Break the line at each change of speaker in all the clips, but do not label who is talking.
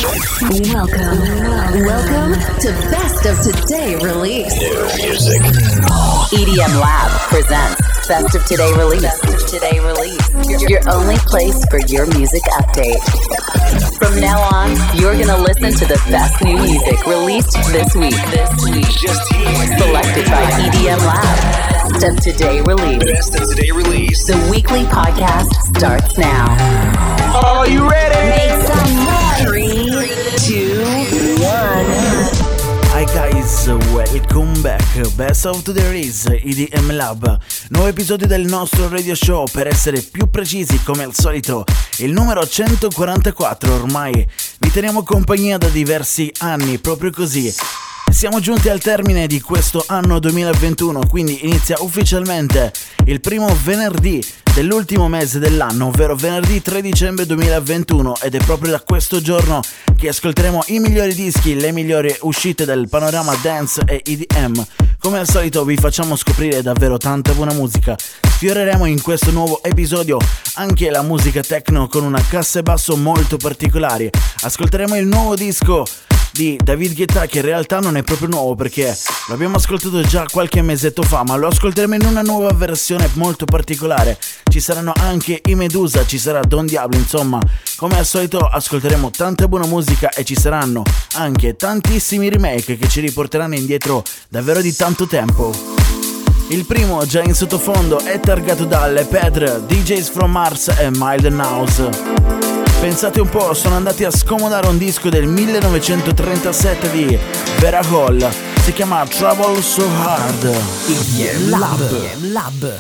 Welcome to Best of Today Release.
New music.
EDM Lab presents Best of Today Release. Best of Today Release. Your only place for your music update. From now on, you're gonna listen to the best new music released this week.
Just here.
Selected by EDM Lab. Best of Today Release.
Best of Today Release.
The weekly podcast starts now.
Are you ready?
Make some noise. 3, 2, 1.
Hi guys, welcome back. Best of the Release, EDM Lab. Nuovo episodio del nostro radio show, per essere più precisi come al solito, il numero 144 ormai. Vi teniamo compagnia da diversi anni, proprio così. Siamo giunti al termine di questo anno 2021, quindi inizia ufficialmente il primo venerdì dell'ultimo mese dell'anno, ovvero venerdì 3 dicembre 2021, ed è proprio da questo giorno che ascolteremo i migliori dischi, le migliori uscite del panorama dance e EDM. Come al solito vi facciamo scoprire davvero tanta buona musica. Sfioreremo in questo nuovo episodio anche la musica techno con una cassa e basso molto particolari. Ascolteremo il nuovo disco di David Guetta, che in realtà non è proprio nuovo perché lo abbiamo ascoltato già qualche mesetto fa, ma lo ascolteremo in una nuova versione molto particolare. Ci saranno anche i Medusa, ci sarà Don Diablo, insomma, come al solito ascolteremo tanta buona musica e ci saranno anche tantissimi remake che ci riporteranno indietro davvero di tanto tempo. Il primo, già in sottofondo, è targato dalle Pedre, DJs from Mars e Mild House. Pensate un po', sono andati a scomodare un disco del 1937 di Vera Hall. Si chiama Trouble So Hard.
EDM Lab.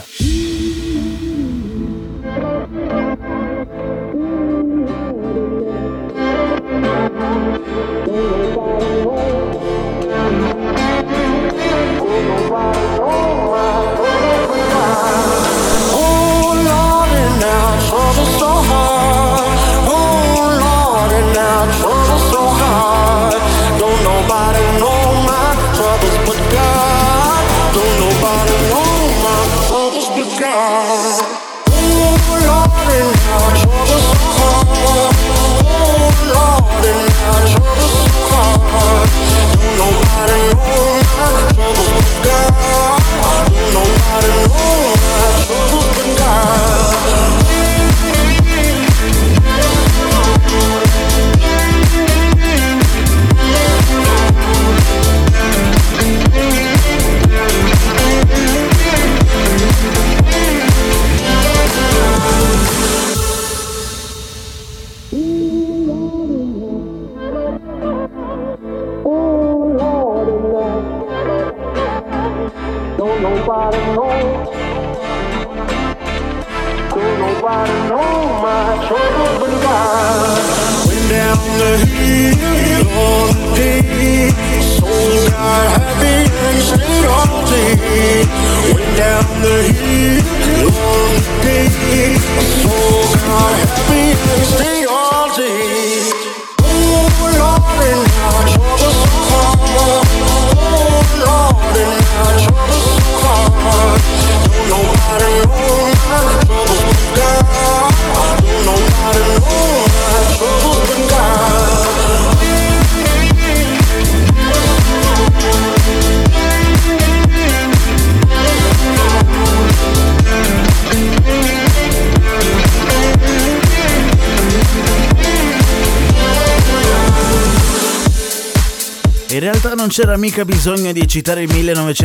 In realtà non c'era mica bisogno di citare il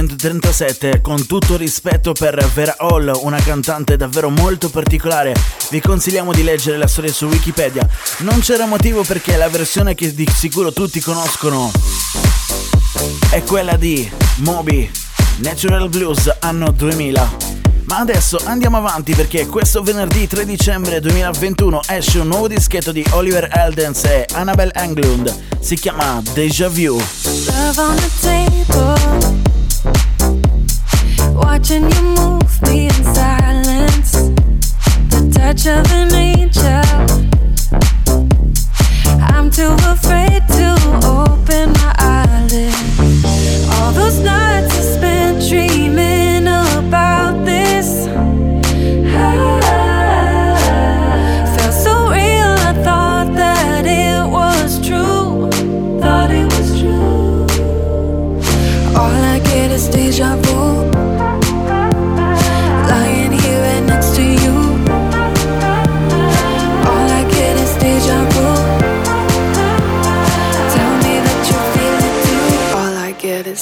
1937, con tutto rispetto per Vera Hall, una cantante davvero molto particolare. Vi consigliamo di leggere la storia su Wikipedia. Non c'era motivo perché la versione che di sicuro tutti conoscono è quella di Moby, Natural Blues, anno 2000. Ma adesso andiamo avanti perché questo venerdì 3 dicembre 2021 esce un nuovo dischetto di Oliver Heldens e Annabelle Englund. Si chiama Deja Vu.
Love on the table, watching you move me in silence, the touch of an angel. I'm too afraid to open my eyelids. All those nights I spent dreaming about this. Felt so real, I thought that it was true.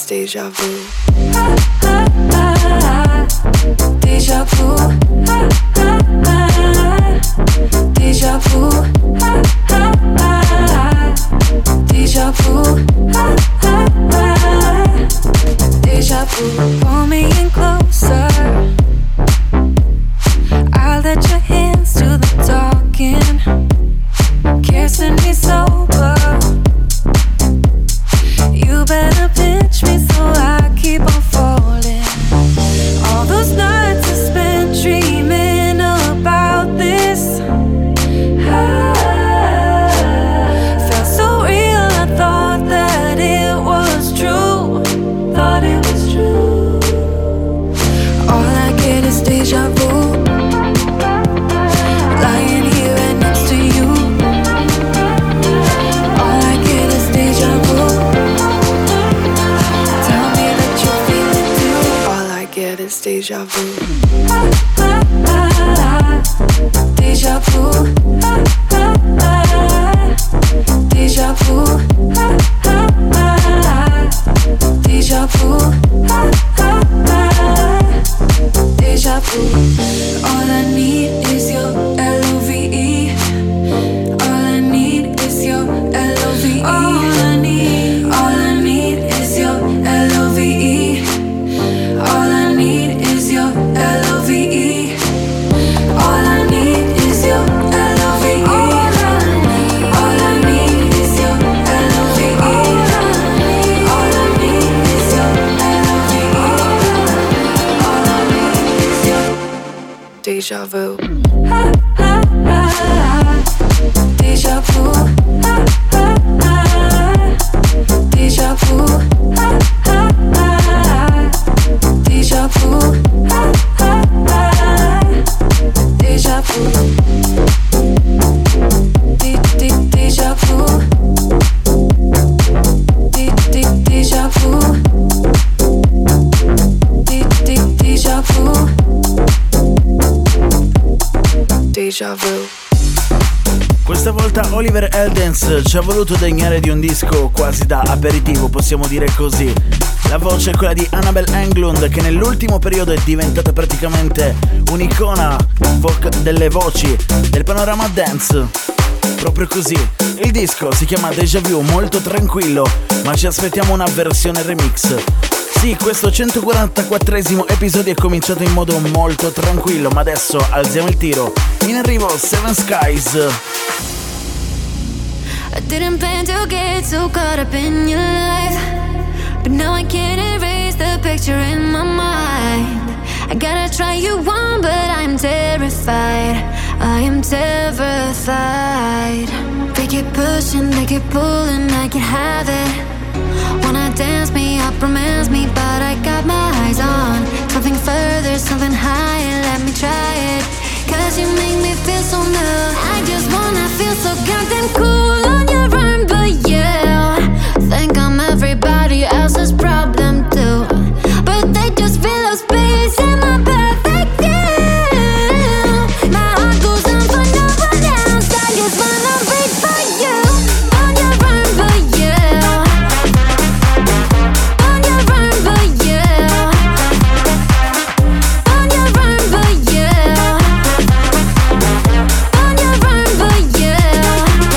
deja vu. Deja vu. Deja vu. Deja vu. Deja vu. Pull me in closer. I'll let your hands do the talking. Kissing me sober. You better pinch me so I keep on falling. All those nights I spent dreaming about this. Felt so real, I thought that it was true. Thought it was true. All I get is deja vu. Lying here right next to you. All I get is deja vu. Tell me that you feel it too. All I get is deja vu. Deja vu. Deja vu. Deja vu. Deja vu. All I need is your L-O-V-E. All I need is your L-O-V-E. All I need is your L-O-V-E. All I need is your L-O-V-E. All I need is your L-O-V-E. All I need is your L-O-V-E. All I need is your L-O-V-E. All I need is your deja vu. Deja vu. Deja vu. Deja vu. Deja vu. Deja vu. Deja vu. Deja vu. Deja vu.
Questa volta Oliver Heldens ci ha voluto degnare di un disco quasi da aperitivo, possiamo dire così. La voce è quella di Annabelle Englund, che nell'ultimo periodo è diventata praticamente un'icona delle voci del panorama dance. Proprio così. Il disco si chiama Deja Vu, molto tranquillo, ma ci aspettiamo una versione remix. Sì, questo 144esimo episodio è cominciato in modo molto tranquillo, ma adesso alziamo il tiro. In arrivo Seven Skies.
I didn't plan to get so caught up in your life, but now I can't erase the picture in my mind. I gotta try you on, but I'm terrified. I am terrified. They keep pushing, they keep pulling, I can have it. Wanna dance me up, romance me, but I got my eyes on something further, something higher, let me try it. Cause you make me feel so new. I just wanna feel so goddamn cool on your arm, but yeah, think I'm everybody else's problem too. But they just fill up space in my perfect view. My heart goes on for no one else, I just wanna wait for you. On your arm, but yeah, on your arm, but yeah, on your arm, but yeah, on your arm, but yeah.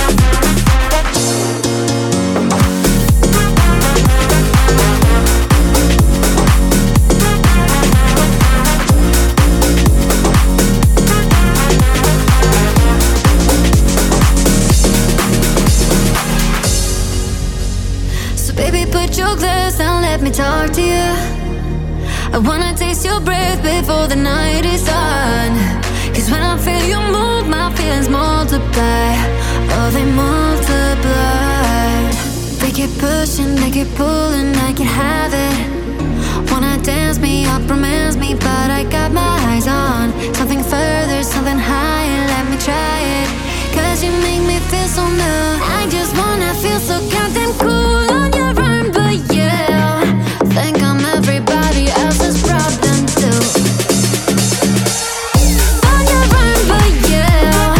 So baby, put your gloves down, let me talk to you. I wanna taste your breath before the night is done. Cause when I feel you move, my feelings multiply. Oh, they multiply. They keep pushing, they keep pulling, I can have it. Wanna dance me up, romance me, but I got my eyes on something further, something higher, let me try it. Cause you make me feel so new. I just wanna feel so goddamn cool on your arm, but yeah, think I'm everybody else's problem too. On your arm, but yeah,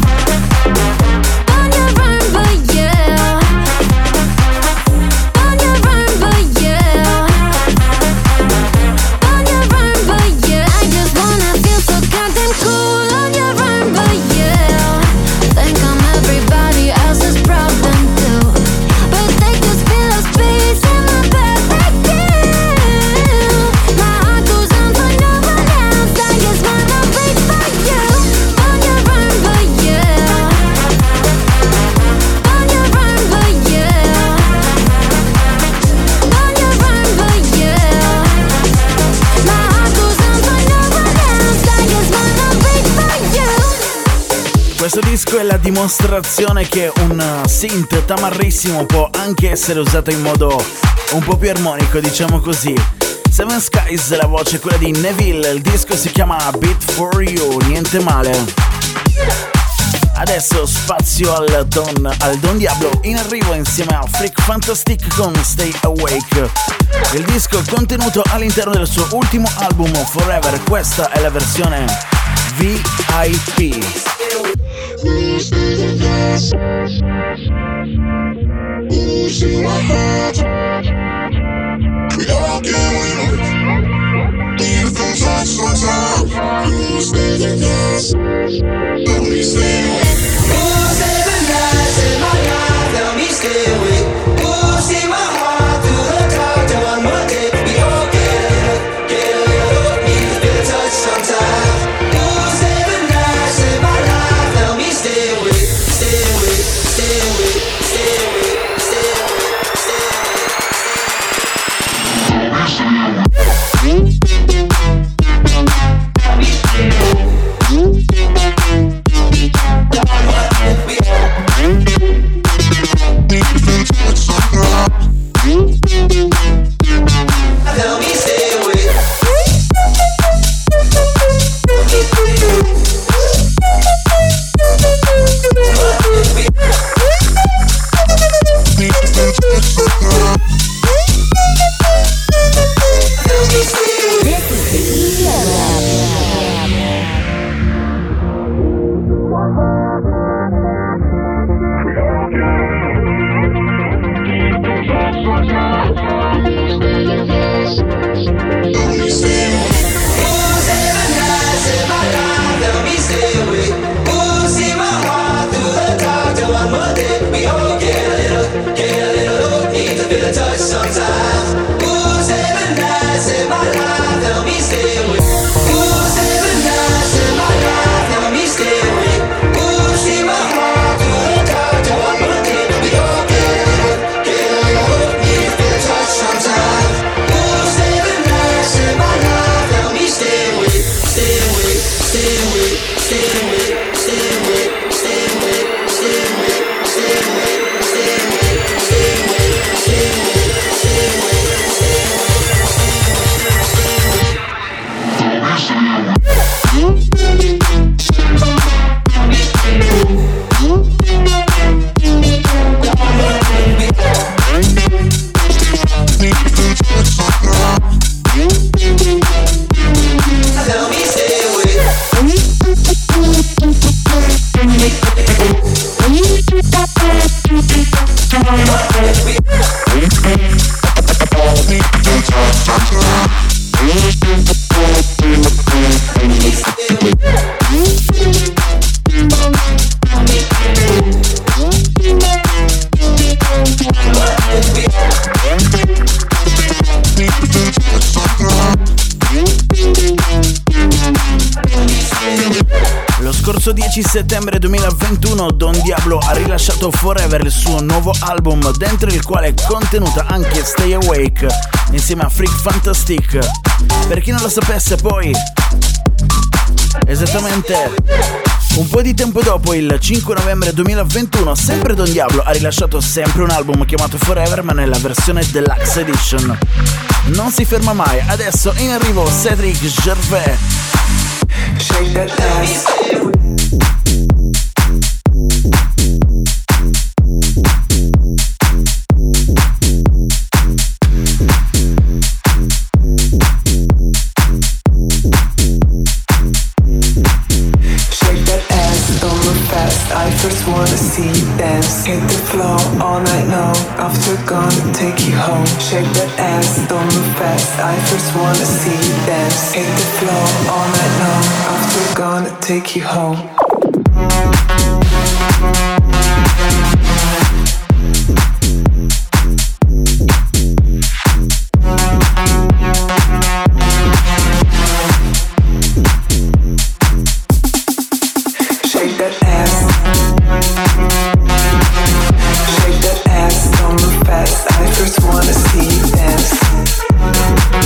on your arm, but yeah, on your arm, but yeah.
disco è la dimostrazione che un synth tamarrissimo può anche essere usato in modo un po' più armonico, diciamo così. Seven Skies, la voce è quella di Neville, il disco si chiama Beat For You, niente male. Adesso spazio al Don Diablo, in arrivo insieme a Freak Fantastic con Stay Awake. Il disco è contenuto all'interno del suo ultimo album Forever, questa è la versione VIP. Lo scorso 10 settembre 2021 Don Diablo ha rilasciato Forever, il suo nuovo album, dentro il quale è contenuta anche Stay Awake insieme a Freak Fantastic. Per chi non lo sapesse, poi esattamente un po' di tempo dopo, il 5 novembre 2021, sempre Don Diablo ha rilasciato sempre un album chiamato Forever, ma nella versione Deluxe Edition. Non si ferma mai, adesso in arrivo Cedric Gervais.
Shake that ass. I first wanna see you dance. Hit the floor all night long. After gonna take you home. Shake that ass, don't move fast. I first wanna see you dance. Hit the floor all night long. After gonna take you home.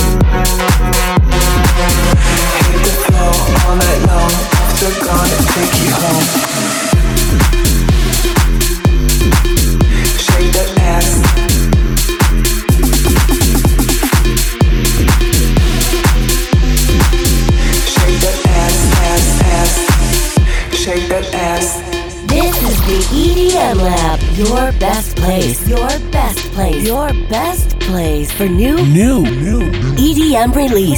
Take
best place. Your best place. Your best place for new EDM release.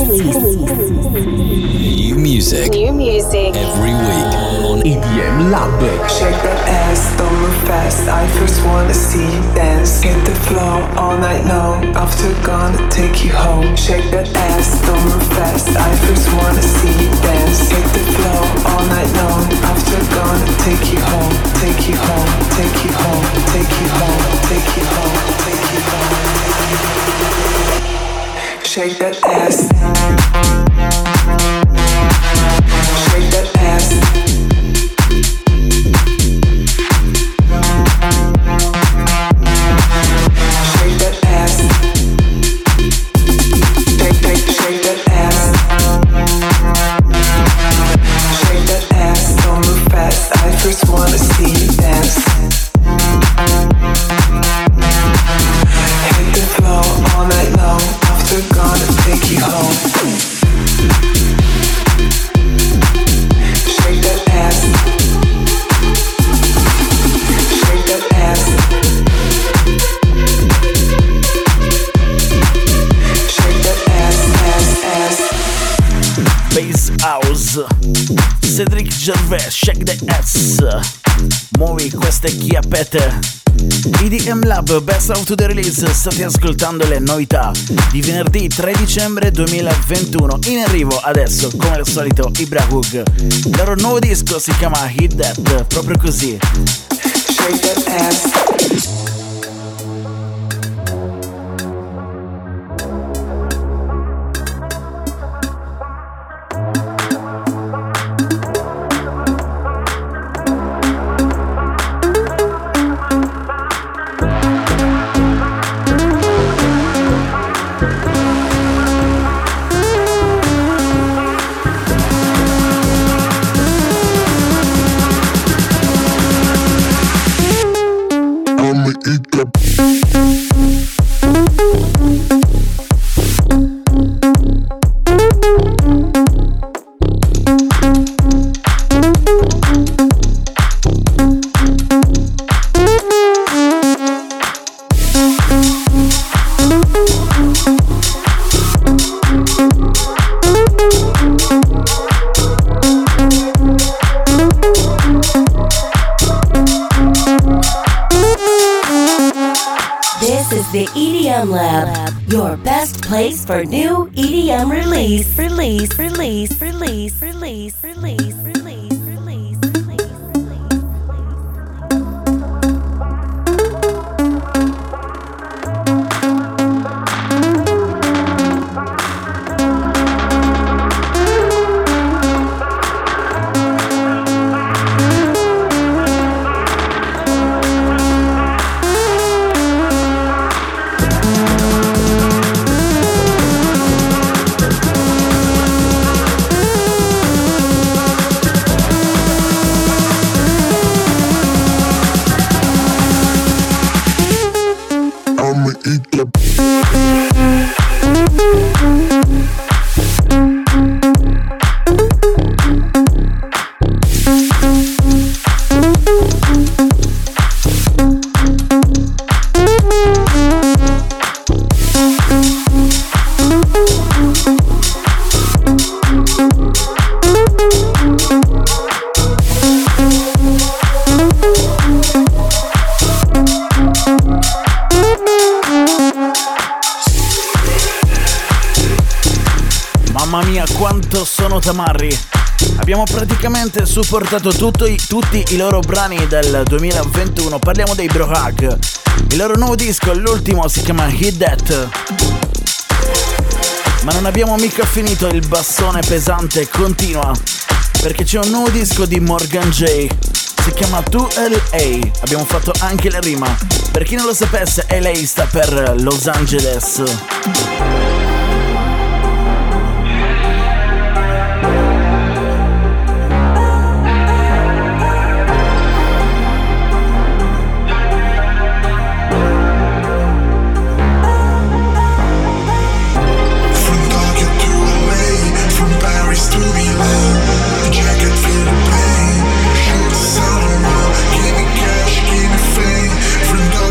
New music.
New music.
Every week on EDM Lab.
Shake that ass, don't move fast. I first wanna see you dance. Hit the floor all night long. After gonna take you home. Shake that ass, don't move fast. I first wanna see you dance. Hit the floor all night long. After gonna take you home. Take you home. Take you home. Take you home. Take you home. Take you home. Shake that ass. Shake that ass. Shake that ass. Shake that ass. Shake that ass. Don't move fast. I first wanna see you dance. Hit the floor all night long. After gonna take you home. Shake that ass. Shake that ass. Shake that ass.
Bass House, Cedric Gervais, Shake the Ass. Muovi queste chiappette. EDM Lab, Best of the Release. State ascoltando le novità di venerdì 3 dicembre 2021. In arrivo adesso, come al solito, Ibra Hoog. Il loro nuovo disco si chiama Hit That, proprio così.
Shake that ass.
The EDM Lab, your best place for new EDM release.
Mamma mia, quanto sono tamarri! Abbiamo praticamente supportato tutti i loro brani del 2021. Parliamo dei Brohag. Il loro nuovo disco, l'ultimo, si chiama Hit That. Ma non abbiamo mica finito, il bassone pesante continua, perché c'è un nuovo disco di Morgan J. Si chiama 2LA. Abbiamo fatto anche la rima. Per chi non lo sapesse, LA sta per Los Angeles.
From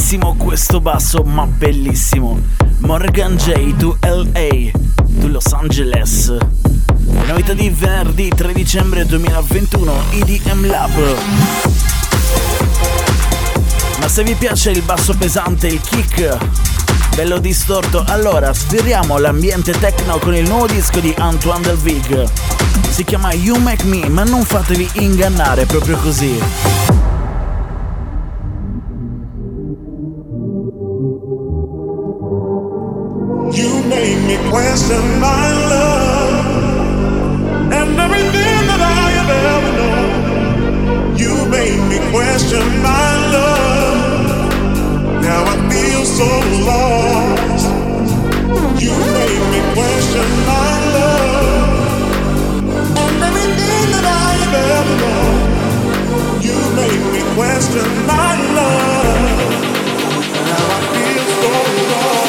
bellissimo questo basso, ma bellissimo. Morgan J to LA, to Los Angeles. Le novità di venerdì 3 dicembre 2021, EDM Lab. Ma se vi piace il basso pesante, il kick bello distorto, allora sferiamo l'ambiente techno con il nuovo disco di Antoine Delvig. Si chiama You Make Me, ma non fatevi ingannare proprio così.
You made me question my love and everything that I have ever known. You made me question my love. Now I feel so lost. You made me question my love and everything that I have ever known. You made me question my love. Now I feel so lost.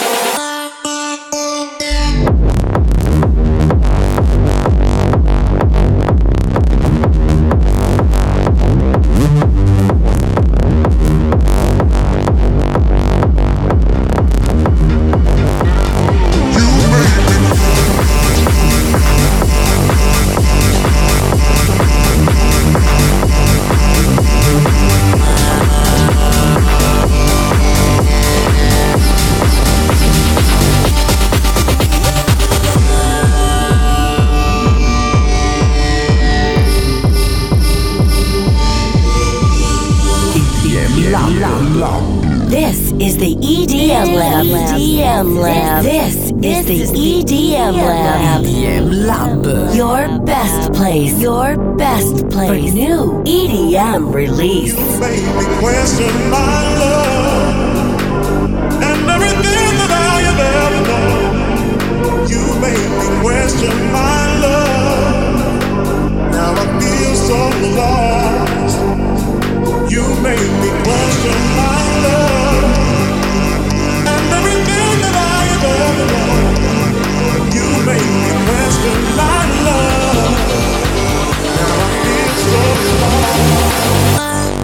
This is the EDM Lab. EDM Lab. This is the EDM Lab.
EDM Lab.
Your best place. Your best place. For new EDM release.
You made me question my love and everything that I have ever known. You made me question my love. Now I feel so lost. You made me question my love and everything that I have ever known. You made me question my love. Now I feel so lost.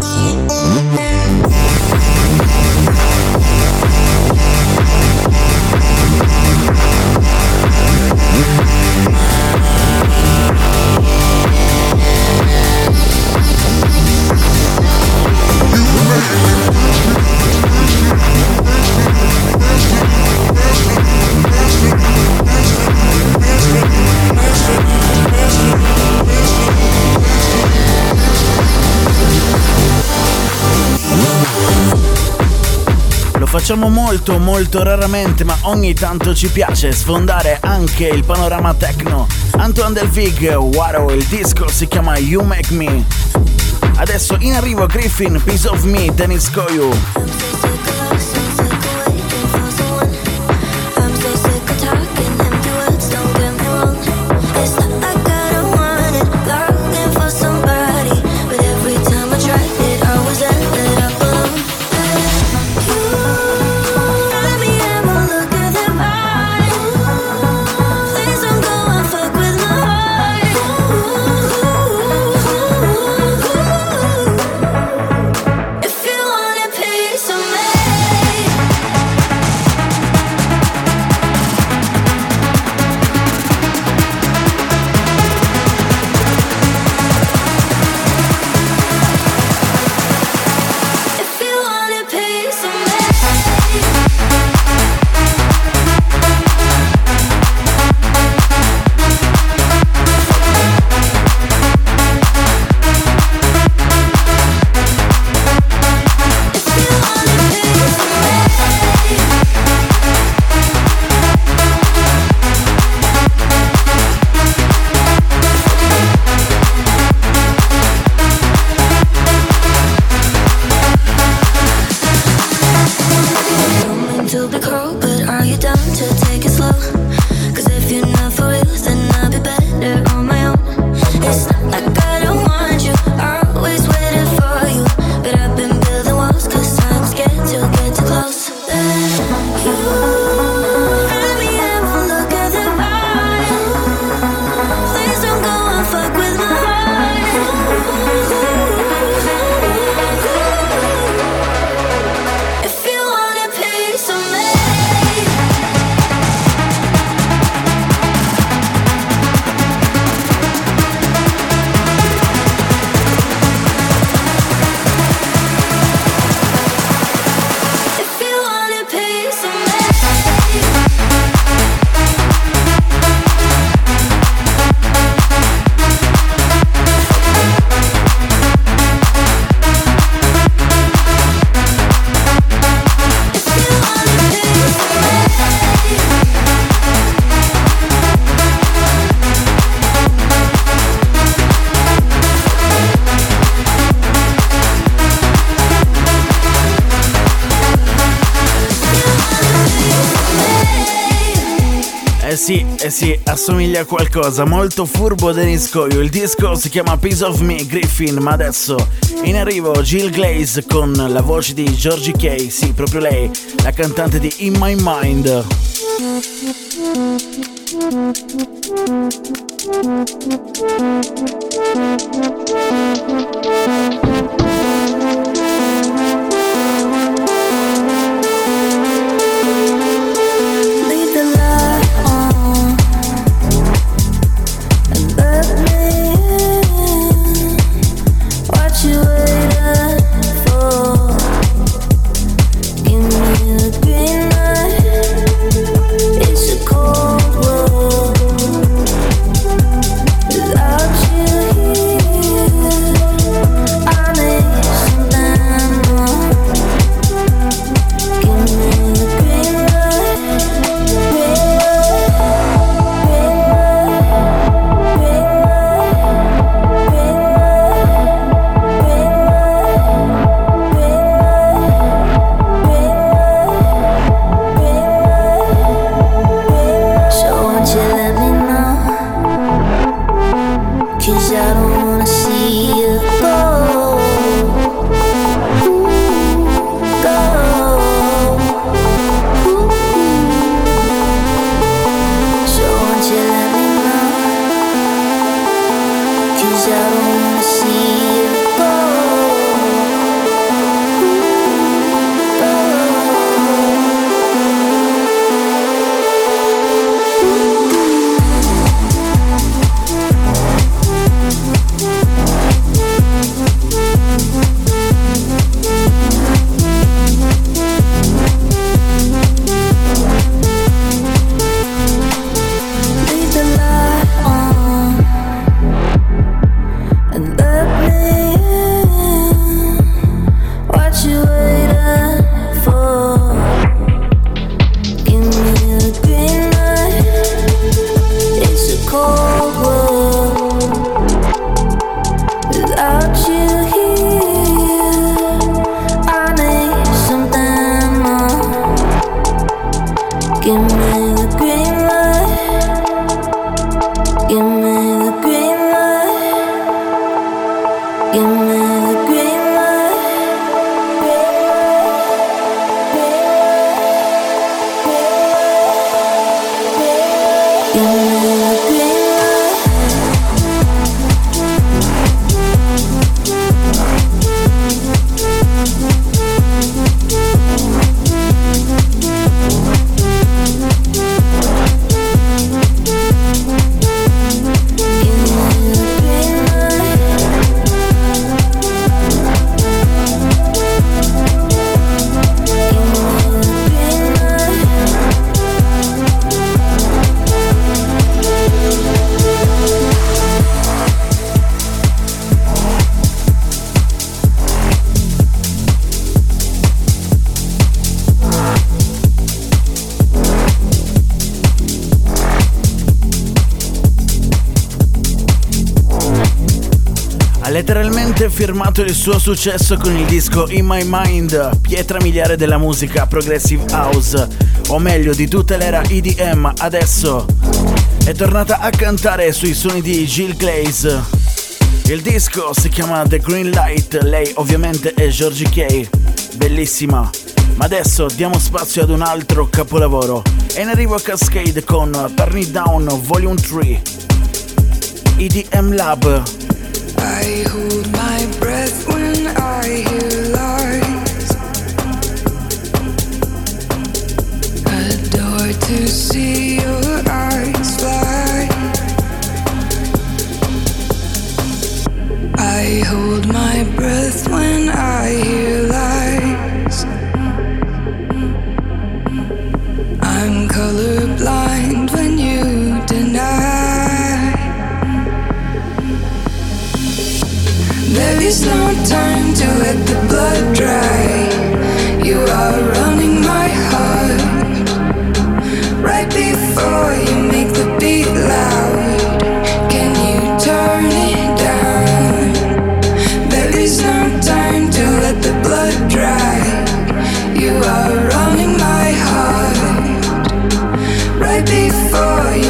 Lo facciamo molto raramente, ma ogni tanto ci piace sfondare anche il panorama techno. Antoine Delvig, wow, il disco si chiama You Make Me. Adesso in arrivo Griffin, Piece of Me, Dennis Koyu.
If you wanna pay some
sì, assomiglia a qualcosa, molto furbo Dennis Coio. Il disco si chiama Piece of Me, Griffin, ma adesso in arrivo Jill Glaze con la voce di Georgie K, sì, proprio lei, la cantante di In My Mind. Letteralmente firmato il suo successo con il disco In My Mind, pietra miliare della musica Progressive House, o meglio di tutta l'era EDM. Adesso è tornata a cantare sui suoni di Jill Glaze. Il disco si chiama The Green Light, lei ovviamente è Georgie K, bellissima. Ma adesso diamo spazio ad un altro capolavoro e in arrivo a Cascade con Turn It Down Volume 3, EDM Lab.
I hold my breath when I hear lies. Adore to see your eyes fly. I hold my breath when I hear lies. I'm colorblind when you deny. There is no time to let the blood dry. You are running my heart right before you make the beat loud. Can you turn it down? There is no time to let the blood dry. You are running my heart right before you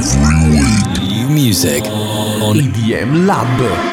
New music on EDM Lab.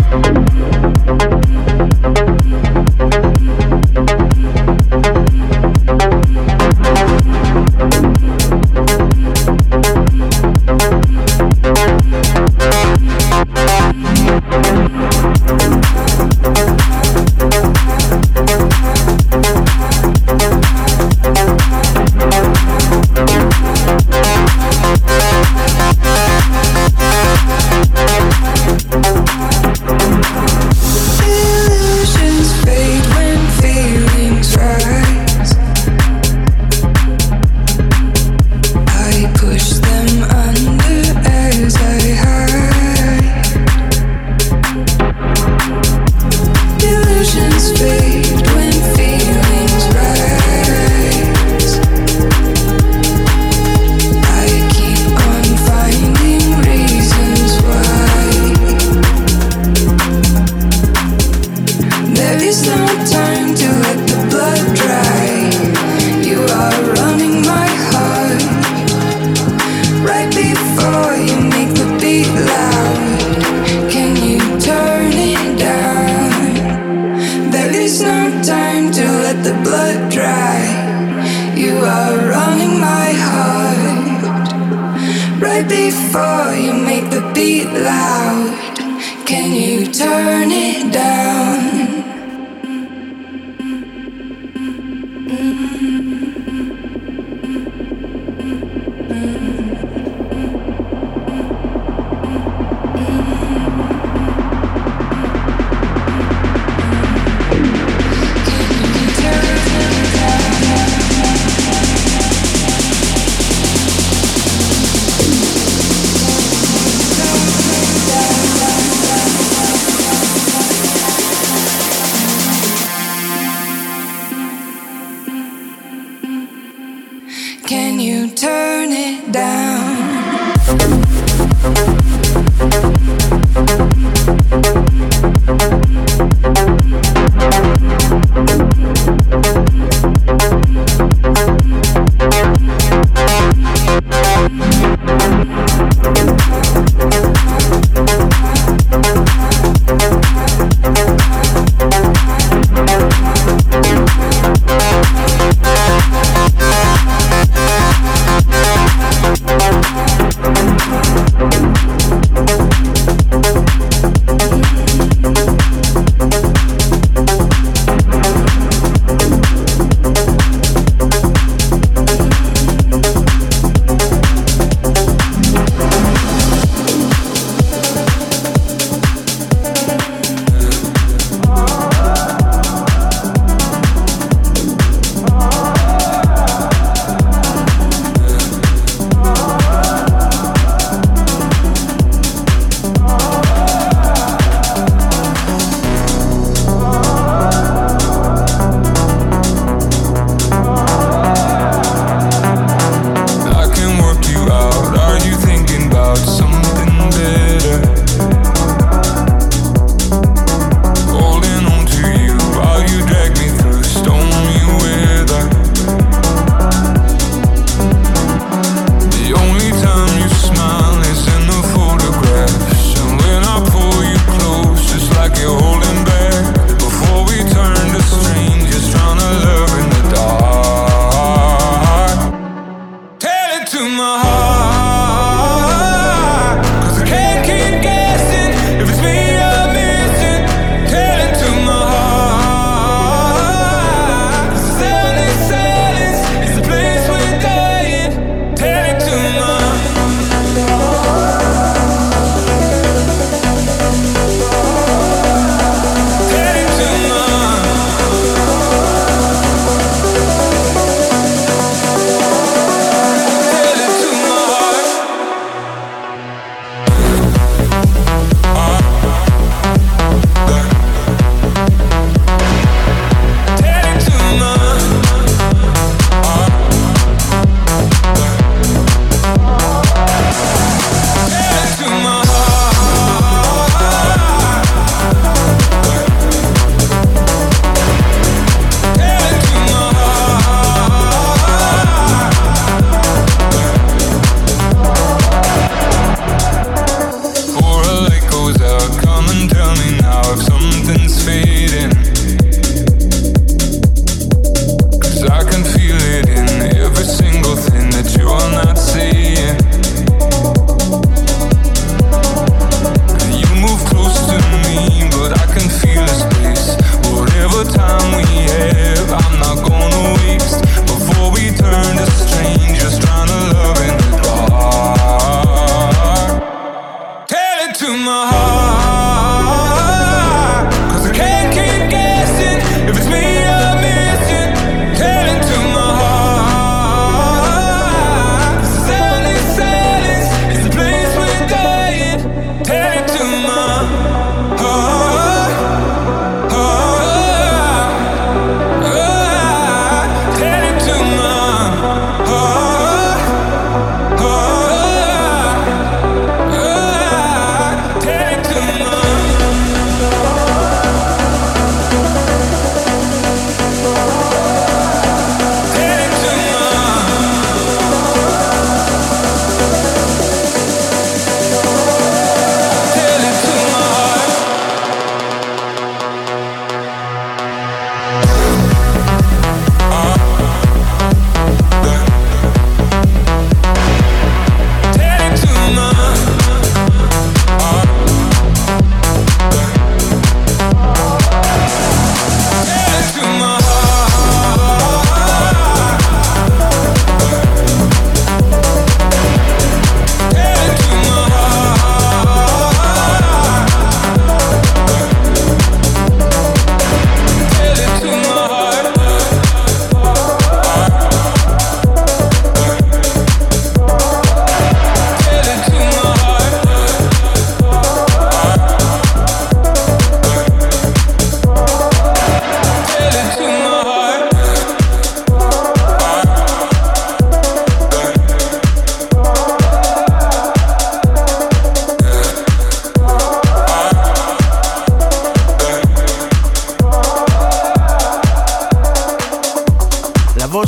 Can you turn it down?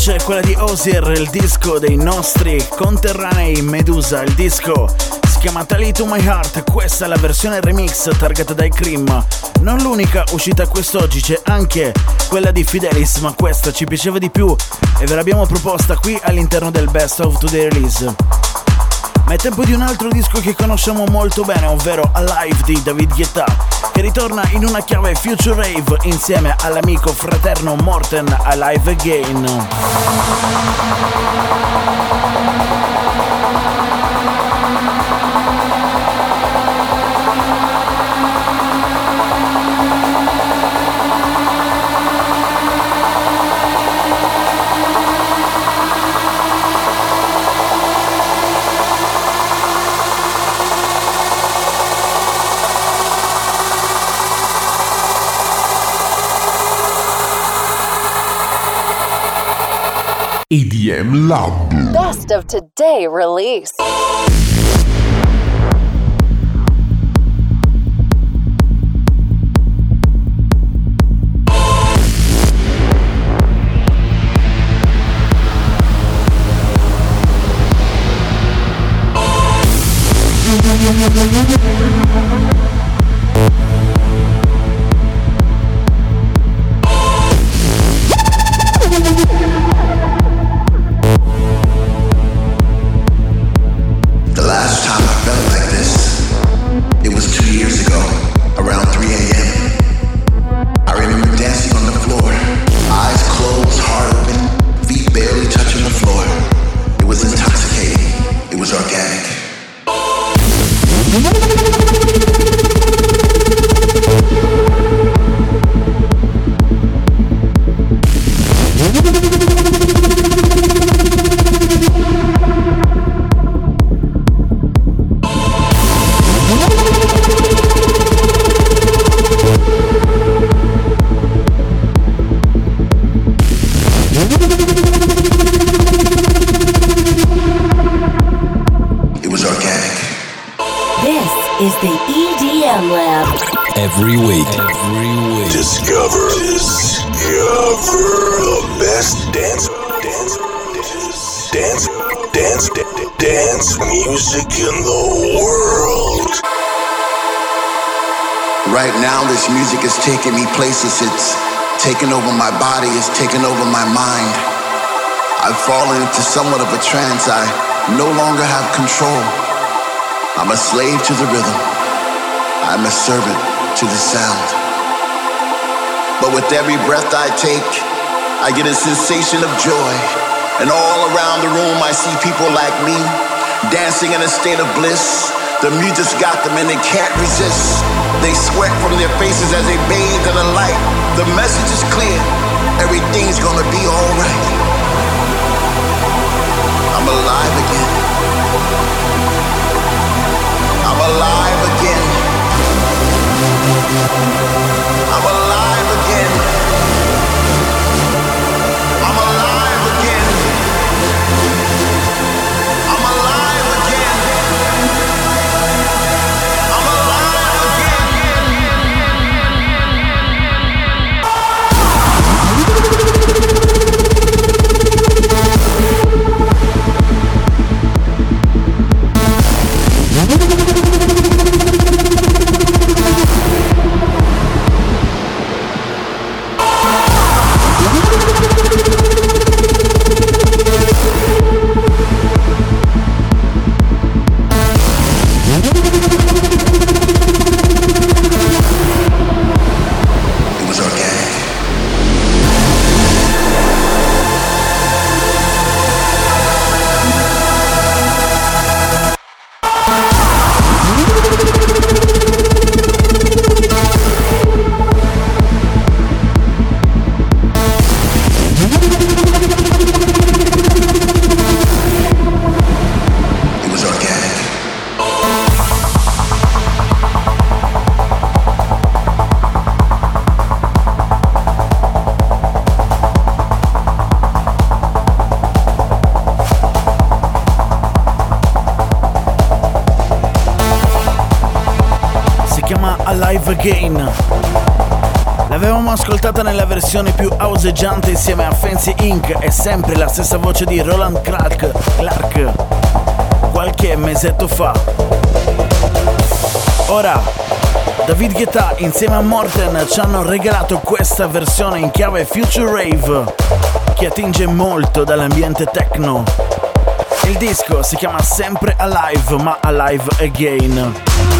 voce è quella di Osier, il disco dei nostri conterranei Medusa. Il disco si chiama Tell It To My Heart, questa è la versione remix targata dai Cream. Non l'unica uscita quest'oggi, c'è anche quella di Fidelis, ma questa ci piaceva di più e ve l'abbiamo proposta qui all'interno del Best of Today Release. Ma è tempo di un altro disco che conosciamo molto bene, ovvero Alive di David Guetta, che ritorna in una chiave Future Rave insieme all'amico fraterno Morten. Alive Again.
EDM Lab.
Best of Today Release.
Every week.
Discover the best dance music in the world.
Right now, this music is taking me places. It's taking over my body. It's taking over my mind. I've fallen into somewhat of a trance. I no longer have control. I'm a slave to the rhythm. I'm a servant to the sound. But with every breath I take, I get a sensation of joy. And all around the room I see people like me, dancing in a state of bliss. The music's got them and they can't resist. They sweat from their faces as they bathe in the light. The message is clear, everything's gonna be alright. I'm alive again. I'm alive again. I'm alive again. I'm alive again. I'm alive again. I'm alive
Again. L'avevamo ascoltata nella versione più houseggiante insieme a Fancy Inc. e sempre la stessa voce di Roland Clark qualche mesetto fa. Ora David Guetta insieme a Morten ci hanno regalato questa versione in chiave Future Rave che attinge molto dall'ambiente techno. Il disco si chiama sempre Alive, ma Alive Again.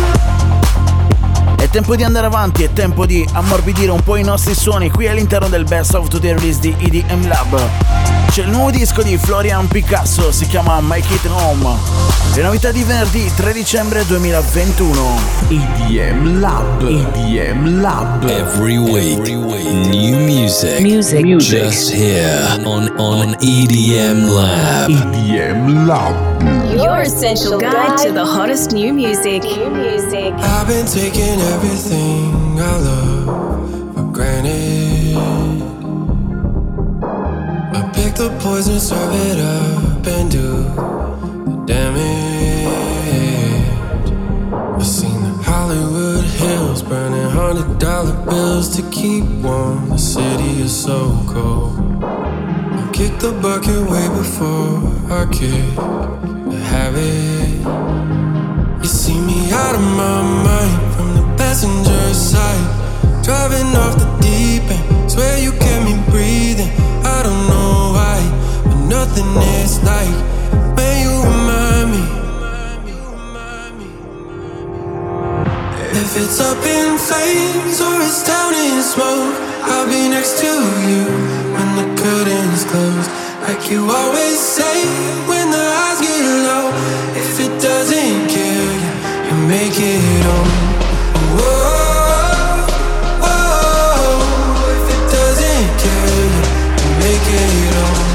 È tempo di andare avanti, è tempo di ammorbidire un po' i nostri suoni qui all'interno del Best of Today Release di EDM Lab. C'è il nuovo disco di Florian Picasso, si chiama Make It Home. Le novità di venerdì 3 dicembre 2021.
EDM Lab. EDM Lab.
Every week, new music. Just here on EDM Lab.
EDM Lab.
Your essential guide to the hottest new music.
I've been taking everything I love for granted. I pick the poison, serve it up, and do the damage. I've seen the Hollywood hills burning $100 bills to keep warm. The city is so cold. I kicked the bucket way before I kicked the habit. You see me out of my mind from the passenger side, driving off the deep end. Swear you kept me breathing. I don't know why, but nothing is like when you remind me. If it's up in flames or it's down in smoke, I'll be next to you when the curtains close. Like you always say when the eyes get low. If it doesn't kill you, you make it home. Whoa, whoa. If it doesn't kill you, you make it home.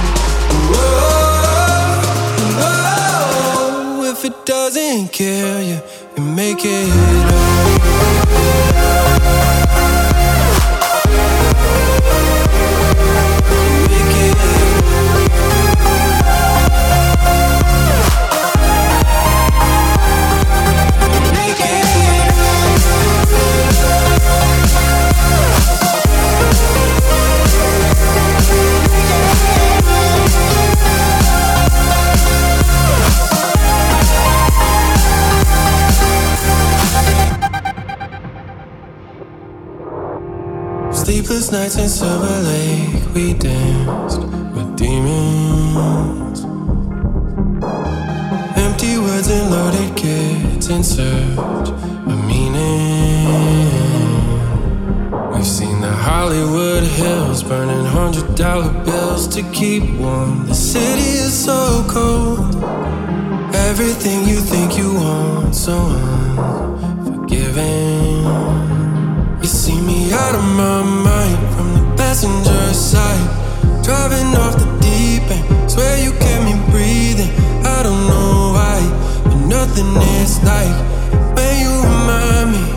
Whoa, whoa. If it doesn't kill you, you make it home. Sleepless nights in Silver Lake, we danced with demons. Empty words and loaded kids in search of meaning. We've seen the Hollywood hills burning $100 bills to keep warm. The city is so cold. Everything you think you want, so unforgiving. You see me out of my mind from the passenger side, driving off the deep end. Swear you kept me breathing. I don't know why, but nothing is like when you remind me.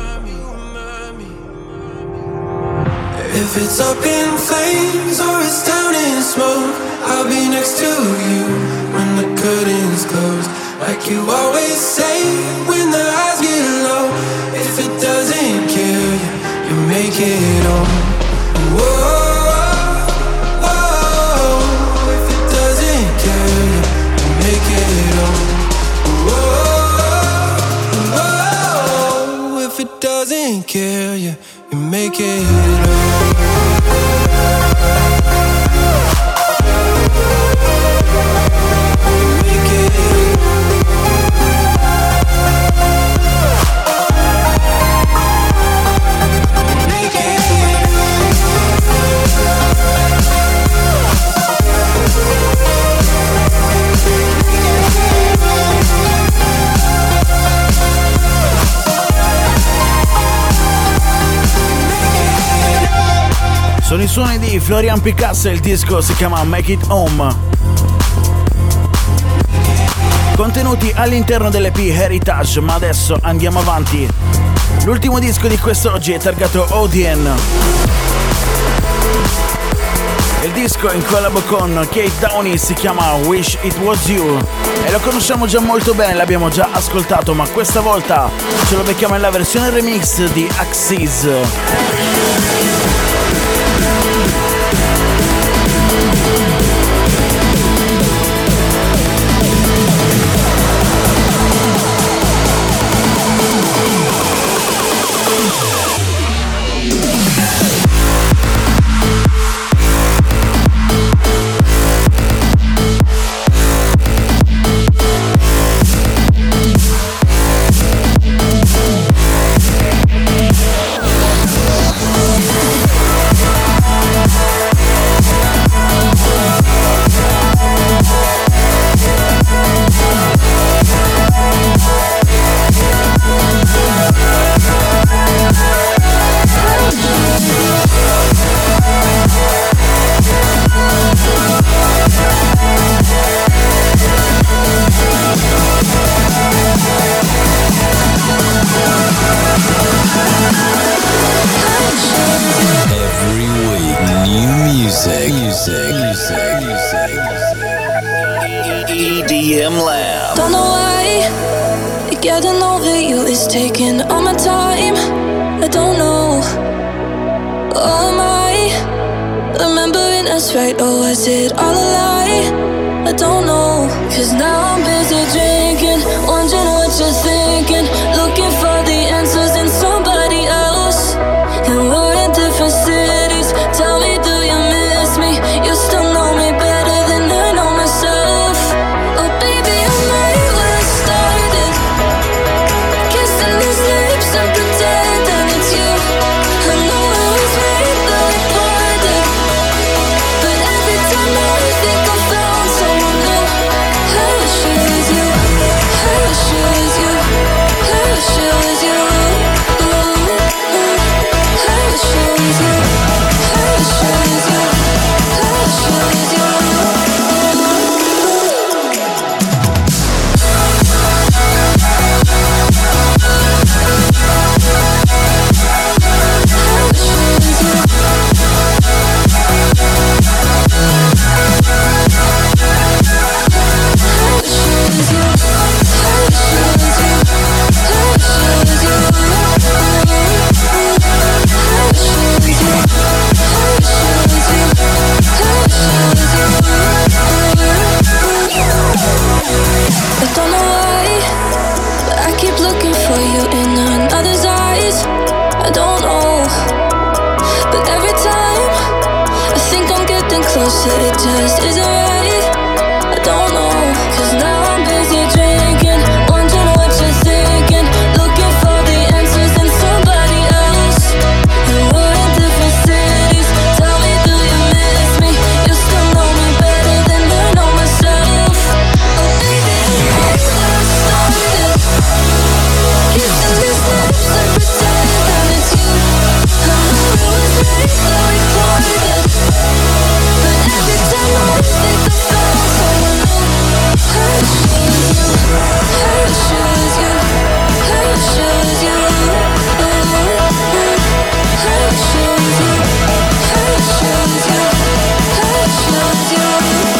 If it's up in flames or it's down in smoke, I'll be next to you when the curtains close. Like you always say when the eyes get low. If it doesn't kill you, you make it home. Whoa, whoa. If it doesn't kill you, you make it home. Whoa, whoa. If it doesn't kill you, you make it home.
Sono i suoni di Florian Picasso e il disco si chiama Make It Home. Contenuti all'interno dell'EP Heritage, ma adesso andiamo avanti. L'ultimo disco di quest'oggi è targato Odien. Il disco in collabo con Kate Downey si chiama Wish It Was You e lo conosciamo già molto bene, l'abbiamo già ascoltato, ma questa volta ce lo becchiamo nella versione remix di Axis.
EDM Lab.
Don't know why getting over you is taking all my time. I don't know. Oh, am I remembering us right, or was it all a lie? I don't know. 'Cause now I'm busy drinking, wondering what you're thinking, looking for the answers in somebody else. And we're in different cities. Tell me, do you miss me? You still know me better than I know myself. Oh baby, I'm right where I started, kissing these lips and pretending it's you. I know I was right though it parted, but every time I think I found someone new. I wish it was you, I wish it was you, I wish it was you. I wish it was you, I wish it was you, I wish it was you. I don't know why, but I keep looking for you in another's eyes. I don't know, but every time I think I'm getting closer, it just isn't right. I don't know, 'cause now I'm busy drinking, wondering what you're thinking, looking for the answers in somebody else. And we're in different cities. Tell me, do you miss me? You still know me better than I know myself. Oh baby, I'm right where I started, kissing these lips and pretending it's you. I know I was right though it parted, but every time I think I found someone new. I wish it was you, I wish it was you, I wish it was you. I wish it was you, I wish it was you, I wish it was you.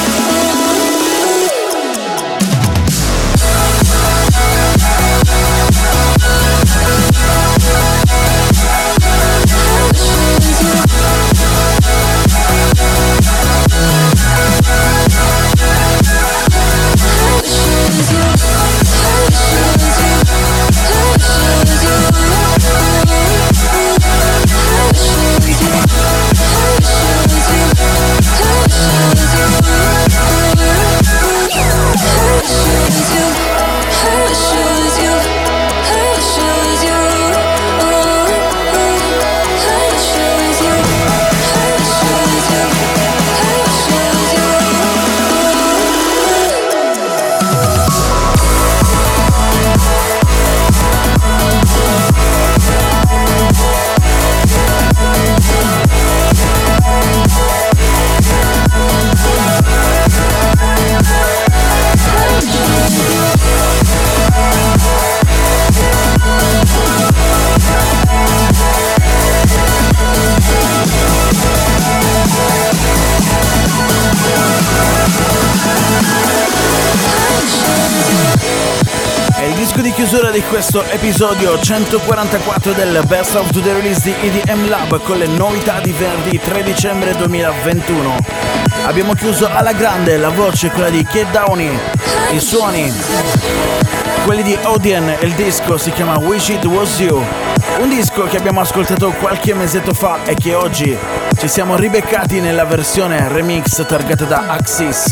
Di chiusura di questo episodio 144 del Best of the Release di EDM Lab con le novità di venerdì 3 dicembre 2021. Abbiamo chiuso alla grande, la voce quella di Kid Downey, i suoni quelli di Odin e il disco si chiama Wish It Was You, un disco che abbiamo ascoltato qualche mesetto fa e che oggi ci siamo ribeccati nella versione remix targata da Axis.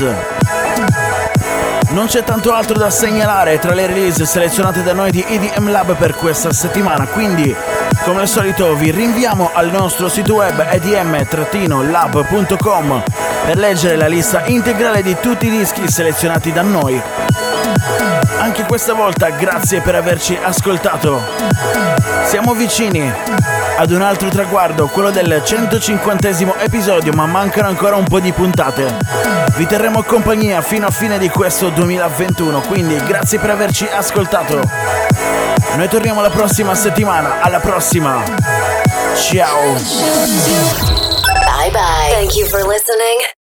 Non c'è tanto altro da segnalare tra le release selezionate da noi di EDM Lab per questa settimana, quindi come al solito vi rinviamo al nostro sito web edm-lab.com per leggere la lista integrale di tutti i dischi selezionati da noi. Anche questa volta grazie per averci ascoltato. Siamo vicini ad un altro traguardo, quello del 150° episodio, ma mancano ancora un po' di puntate. Vi terremo compagnia fino a fine di questo 2021, quindi grazie per averci ascoltato. Noi torniamo la prossima settimana, alla prossima. Ciao.
Bye bye. Thank you for listening.